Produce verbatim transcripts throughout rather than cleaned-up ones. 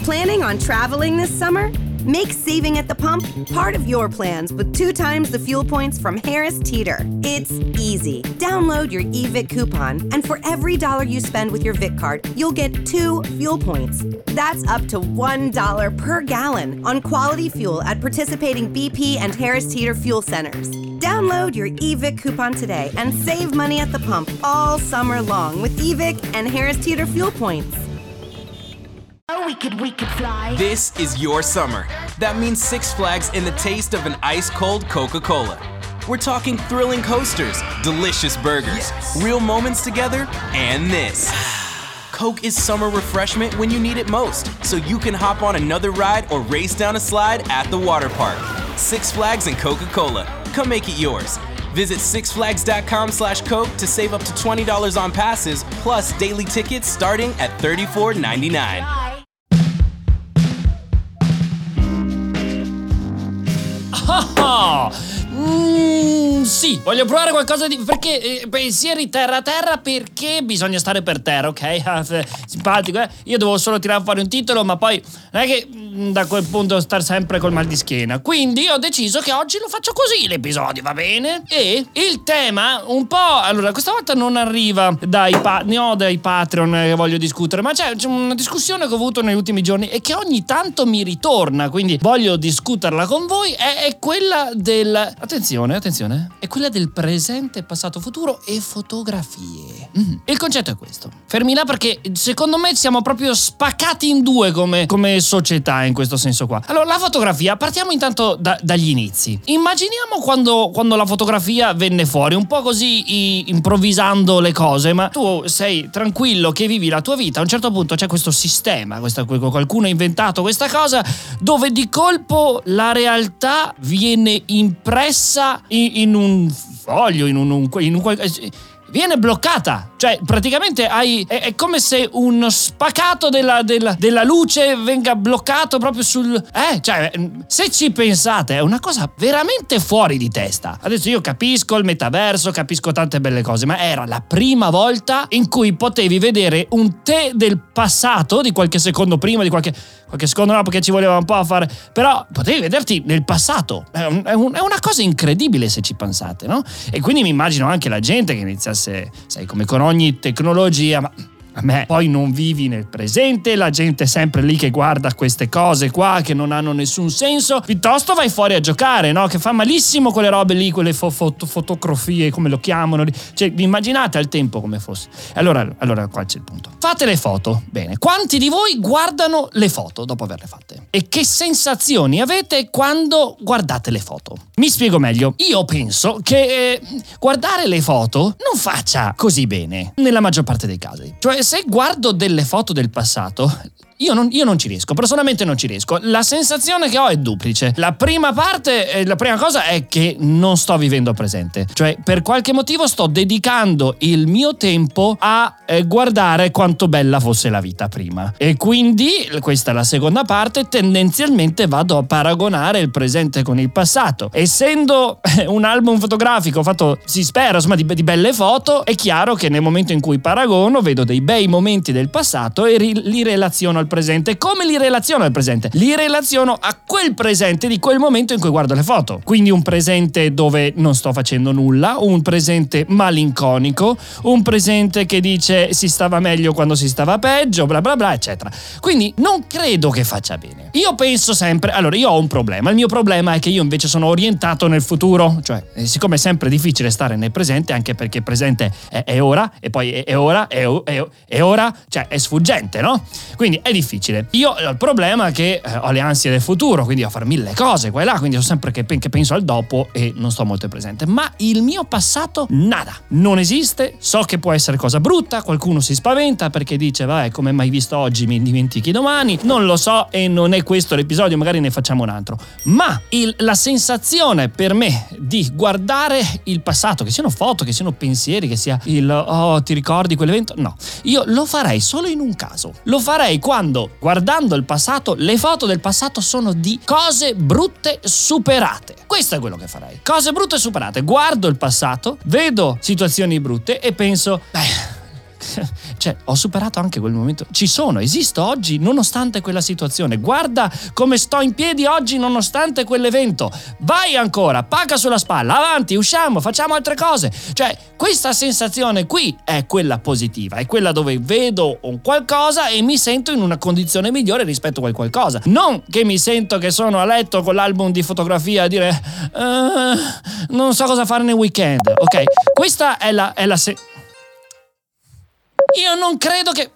Planning on traveling this summer? Make saving at the pump part of your plans with two times the fuel points from Harris Teeter. It's easy. Download your eVic coupon, and for every dollar you spend with your Vic card, you'll get two fuel points. That's up to one dollar per gallon on quality fuel at participating B P and Harris Teeter fuel centers. Download your eVic coupon today and save money at the pump all summer long with eVic and Harris Teeter fuel points. Oh, we could, we could fly. This is your summer. That means Six Flags and the taste of an ice-cold Coca-Cola. We're talking thrilling coasters, delicious burgers, yes. real moments together, and this. Coke is summer refreshment when you need it most, so you can hop on another ride or race down a slide at the water park. Six Flags and Coca-Cola. Come make it yours. Visit sixflags.com slash Coke to save up to twenty dollars on passes, plus daily tickets starting at thirty-four ninety-nine. Oh, mm, sì, voglio provare qualcosa di... perché eh, pensieri terra terra, perché bisogna stare per terra, ok? Simpatico, eh? Io devo solo tirare fuori un titolo, ma poi non è che mm, da quel punto star sempre col mal di schiena. Quindi ho deciso che oggi lo faccio così l'episodio, va bene? E il tema un po'... Allora, questa volta non arriva dai, pa- ne ho dai Patreon che voglio discutere, ma c'è, c'è una discussione che ho avuto negli ultimi giorni e che ogni tanto mi ritorna, quindi voglio discuterla con voi. È, è quella del... Attenzione, attenzione. È quella del presente, passato, futuro e fotografie. Mm. Il concetto è questo. Fermi là perché secondo me siamo proprio spaccati in due come, come società in questo senso qua. Allora, la fotografia, partiamo intanto da, dagli inizi. Immaginiamo quando, quando la fotografia venne fuori, un po' così i, improvvisando le cose, ma tu sei tranquillo che vivi la tua vita. A un certo punto c'è questo sistema, questa, qualcuno ha inventato questa cosa dove di colpo la realtà viene impressa in, in un foglio, in un, un, in un viene bloccata. Cioè, praticamente hai è, è come se uno spaccato della, della, della luce venga bloccato proprio sul... Eh, cioè, se ci pensate, è una cosa veramente fuori di testa. Adesso io capisco il metaverso, capisco tante belle cose, ma era la prima volta in cui potevi vedere un te del passato, di qualche secondo prima, di qualche... qualche secondo no, perché ci voleva un po' a fare... Però potevi vederti nel passato. È, un, è, un, è una cosa incredibile se ci pensate, no? E quindi mi immagino anche la gente che iniziasse, sai, come con ogni tecnologia, ma a me poi non vivi nel presente, la gente è sempre lì che guarda queste cose qua che non hanno nessun senso, piuttosto vai fuori a giocare, no? Che fa malissimo quelle robe lì, quelle fo- foto- fotografie, come lo chiamano, cioè vi immaginate al tempo come fosse. Allora, allora qua c'è il punto. Fate le foto, bene, quanti di voi guardano le foto dopo averle fatte? E che sensazioni avete quando guardate le foto? Mi spiego meglio. Io penso che eh, guardare le foto non faccia così bene nella maggior parte dei casi. Cioè, se guardo delle foto del passato, Io non, io non ci riesco, personalmente non ci riesco. La sensazione che ho è duplice. La prima parte, eh, la prima cosa è che non sto vivendo presente. Cioè, per qualche motivo sto dedicando il mio tempo a eh, guardare quanto bella fosse la vita prima. E quindi, questa è la seconda parte, tendenzialmente vado a paragonare il presente con il passato. Essendo un album fotografico fatto, si spera, insomma, di, di belle foto, è chiaro che nel momento in cui paragono vedo dei bei momenti del passato e ri- li relaziono al presente. Come li relaziono al presente? Li relaziono a quel presente di quel momento in cui guardo le foto. Quindi un presente dove non sto facendo nulla, un presente malinconico, un presente che dice si stava meglio quando si stava peggio, bla bla bla, eccetera. Quindi non credo che faccia bene. Io penso sempre, allora io ho un problema, il mio problema è che io invece sono orientato nel futuro, cioè siccome è sempre difficile stare nel presente, anche perché il presente è, è ora, e poi è, è ora, è, è, è ora, cioè è sfuggente, no? Quindi è difficile. Io ho il problema che eh, ho le ansie del futuro, quindi devo fare mille cose qua e là, quindi so sempre che, che penso al dopo e non sto molto presente. Ma il mio passato, nada, non esiste. So che può essere cosa brutta, qualcuno si spaventa perché dice vabbè, come mai visto oggi mi dimentichi domani, non lo so e non è questo l'episodio, magari ne facciamo un altro. Ma il, la sensazione per me di guardare il passato, che siano foto, che siano pensieri, che sia il oh ti ricordi quell'evento, no, io lo farei solo in un caso. Lo farei quando, guardando il passato, le foto del passato sono di cose brutte superate. Questo è quello che farei. Cose brutte superate. Guardo il passato, vedo situazioni brutte e penso, beh, Cioè, ho superato anche quel momento. Ci sono, esisto oggi nonostante quella situazione. Guarda come sto in piedi oggi nonostante quell'evento. Vai ancora, pacca sulla spalla, avanti, usciamo, facciamo altre cose. Cioè, questa sensazione qui è quella positiva, è quella dove vedo un qualcosa e mi sento in una condizione migliore rispetto a quel qualcosa. Non che mi sento che sono a letto con l'album di fotografia a dire uh, non so cosa fare nel weekend, ok? Questa è la, è la se- Io non credo che...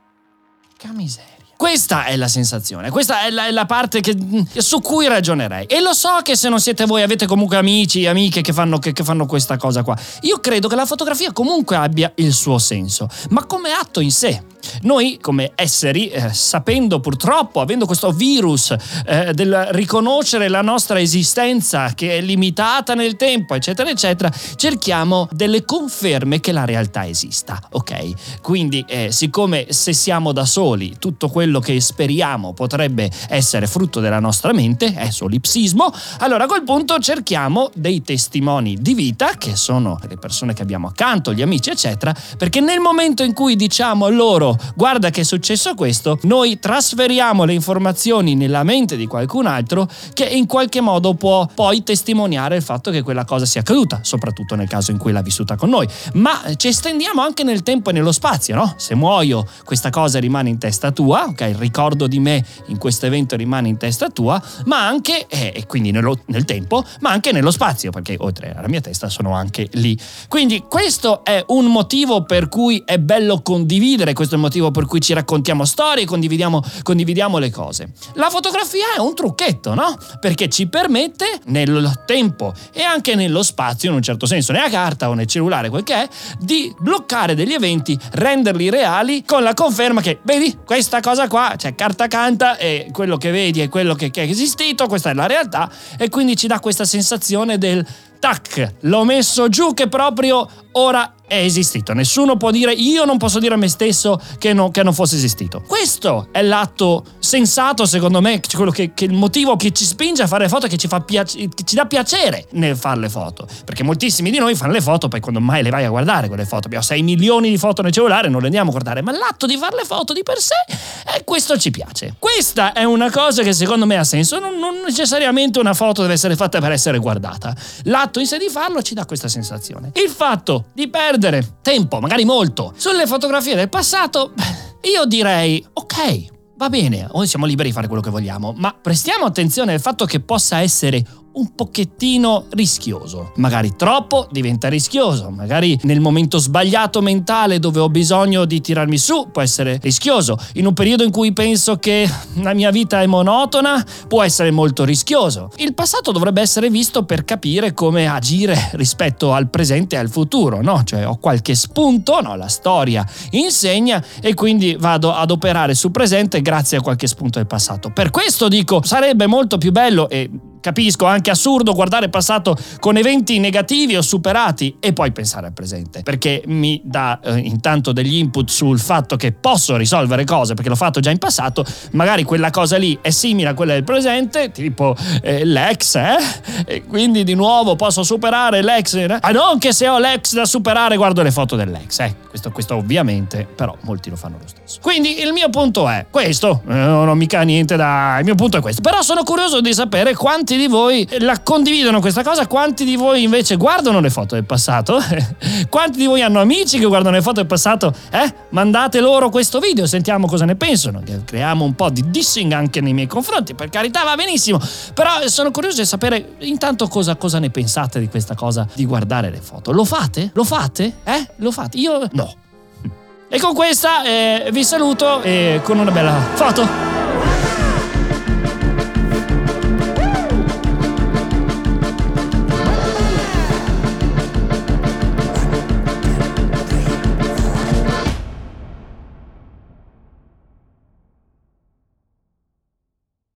Che miseria. Questa è la sensazione, questa è la, è la parte che, su cui ragionerei. E lo so che se non siete voi avete comunque amici, amiche che fanno, che, che fanno questa cosa qua. Io credo che la fotografia comunque abbia il suo senso, ma come atto in sé. Noi come esseri, eh, sapendo purtroppo, avendo questo virus eh, del riconoscere la nostra esistenza che è limitata nel tempo, eccetera, eccetera, cerchiamo delle conferme che la realtà esista, ok? Quindi, eh, siccome se siamo da soli, tutto quello che speriamo potrebbe essere frutto della nostra mente, è solipsismo, allora a quel punto cerchiamo dei testimoni di vita, che sono le persone che abbiamo accanto, gli amici, eccetera, perché nel momento in cui diciamo loro guarda che è successo questo, noi trasferiamo le informazioni nella mente di qualcun altro che in qualche modo può poi testimoniare il fatto che quella cosa sia accaduta, soprattutto nel caso in cui l'ha vissuta con noi. Ma ci estendiamo anche nel tempo e nello spazio, no? Se muoio, questa cosa rimane in testa tua, ok? Il ricordo di me in questo evento rimane in testa tua, ma anche, eh, e quindi nello, nel tempo, ma anche nello spazio, perché oltre alla mia testa sono anche lì. Quindi questo è un motivo per cui è bello condividere, questo è il motivo per cui ci raccontiamo storie, condividiamo, condividiamo le cose. La fotografia è un trucchetto, no? Perché ci permette nel tempo e anche nello spazio, in un certo senso, nella carta o nel cellulare, quel che è, di bloccare degli eventi, renderli reali con la conferma che, vedi, questa cosa qua, cioè carta canta e quello che vedi è quello che, che è esistito, questa è la realtà, e quindi ci dà questa sensazione del tac, l'ho messo giù che proprio ora è esistito. Nessuno può dire, io non posso dire a me stesso che, no, che non fosse esistito. Questo è l'atto sensato, secondo me, quello che, che il motivo che ci spinge a fare le foto, che ci fa piace, che ci dà piacere nel fare le foto. Perché moltissimi di noi fanno le foto, poi quando mai le vai a guardare quelle foto, abbiamo sei milioni di foto nel cellulare, non le andiamo a guardare, ma l'atto di fare le foto di per sé, eh, questo ci piace. Questa è una cosa che secondo me ha senso, non, non necessariamente una foto deve essere fatta per essere guardata. L'atto in sé di farlo ci dà questa sensazione. Il fatto di perdere tempo, magari molto, sulle fotografie del passato, io direi ok, va bene, noi siamo liberi di fare quello che vogliamo, ma prestiamo attenzione al fatto che possa essere un pochettino rischioso. Magari troppo diventa rischioso, magari nel momento sbagliato mentale dove ho bisogno di tirarmi su può essere rischioso, in un periodo in cui penso che la mia vita è monotona può essere molto rischioso. Il passato dovrebbe essere visto per capire come agire rispetto al presente e al futuro, no? Cioè ho qualche spunto, no? La storia insegna e quindi vado ad operare sul presente grazie a qualche spunto del passato. Per questo dico, sarebbe molto più bello e capisco anche assurdo guardare il passato con eventi negativi o superati e poi pensare al presente, perché mi dà eh, intanto degli input sul fatto che posso risolvere cose perché l'ho fatto già in passato, magari quella cosa lì è simile a quella del presente, tipo eh, l'ex, eh? E quindi di nuovo posso superare l'ex, eh? Ah, non che se ho l'ex da superare guardo le foto dell'ex, eh? questo, questo ovviamente, però molti lo fanno lo stesso. Quindi il mio punto è questo, eh, non ho mica niente da... il mio punto è questo, però sono curioso di sapere quanti di voi la condividono questa cosa, quanti di voi invece guardano le foto del passato, quanti di voi hanno amici che guardano le foto del passato, eh? Mandate loro questo video, sentiamo cosa ne pensano, creiamo un po' di dissing anche nei miei confronti, per carità va benissimo, però sono curioso di sapere intanto cosa, cosa ne pensate di questa cosa di guardare le foto. Lo fate? Lo fate? Eh? Lo fate? Io no. E con questa eh, vi saluto e con una bella foto.